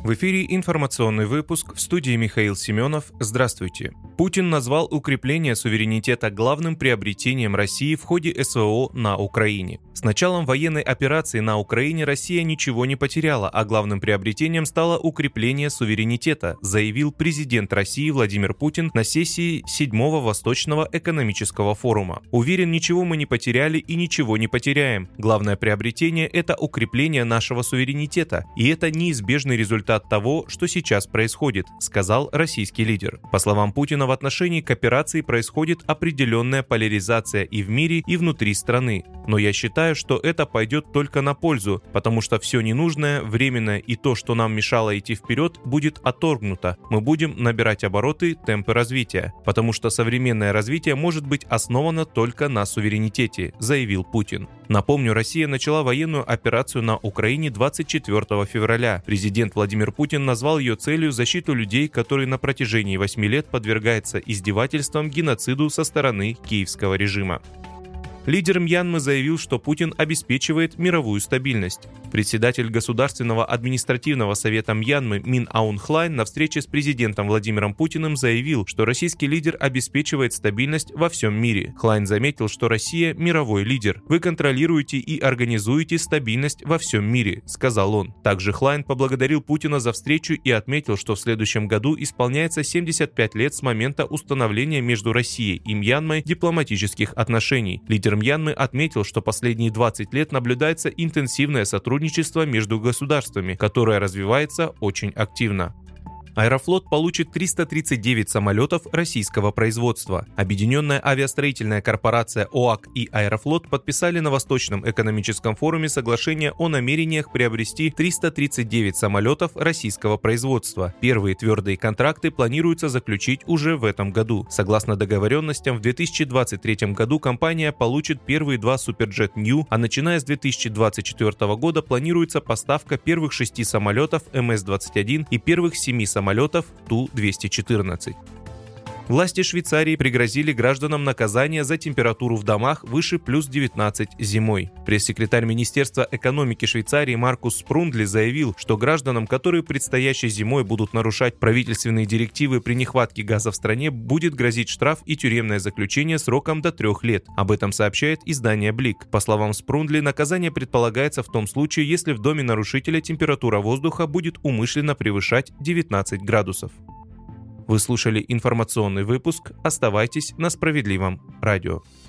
В эфире информационный выпуск, в студии Михаил Семенов. Здравствуйте. Путин назвал укрепление суверенитета главным приобретением России в ходе СВО на Украине. С началом военной операции на Украине Россия ничего не потеряла, а главным приобретением стало укрепление суверенитета, заявил президент России Владимир Путин на сессии 7-го Восточного экономического форума. Уверен, ничего мы не потеряли и ничего не потеряем. Главное приобретение – это укрепление нашего суверенитета, и это неизбежный результат того, что сейчас происходит, сказал российский лидер. По словам Путина, в отношении к операции происходит определенная поляризация и в мире, и внутри страны. Но я считаю, что это пойдет только на пользу, потому что все ненужное, временное и то, что нам мешало идти вперед, будет отторгнуто. Мы будем набирать обороты, темпы развития, потому что современное развитие может быть основано только на суверенитете, заявил Путин. Напомню, Россия начала военную операцию на Украине 24 февраля. Президент Владимир Путин назвал ее целью защиту людей, которые на протяжении 8 лет подвергаются издевательствам, геноциду со стороны киевского режима. Лидер Мьянмы заявил, что Путин обеспечивает мировую стабильность. Председатель Государственного административного совета Мьянмы Мин Аун Хлайн на встрече с президентом Владимиром Путиным заявил, что российский лидер обеспечивает стабильность во всем мире. Хлайн заметил, что Россия – мировой лидер. «Вы контролируете и организуете стабильность во всем мире», – сказал он. Также Хлайн поблагодарил Путина за встречу и отметил, что в следующем году исполняется 75 лет с момента установления между Россией и Мьянмой дипломатических отношений. Лидер Мьянмы отметил, что последние 20 лет наблюдается интенсивное сотрудничество между государствами, которое развивается очень активно. Аэрофлот получит 339 самолетов российского производства. Объединенная авиастроительная корпорация ОАК и Аэрофлот подписали на Восточном экономическом форуме соглашение о намерениях приобрести 339 самолетов российского производства. Первые твердые контракты планируется заключить уже в этом году. Согласно договоренностям, в 2023 году компания получит первые 2 Суперджет Нью, а начиная с 2024 года планируется поставка первых 6 самолетов МС-21 и первых 7 самолетов Ту-214. Власти Швейцарии пригрозили гражданам наказание за температуру в домах выше плюс 19 зимой. Пресс-секретарь Министерства экономики Швейцарии Маркус Спрундли заявил, что гражданам, которые предстоящей зимой будут нарушать правительственные директивы при нехватке газа в стране, будет грозить штраф и тюремное заключение сроком до 3 лет. Об этом сообщает издание Блик. По словам Спрундли, наказание предполагается в том случае, если в доме нарушителя температура воздуха будет умышленно превышать 19 градусов. Вы слушали информационный выпуск. Оставайтесь на Справедливом радио.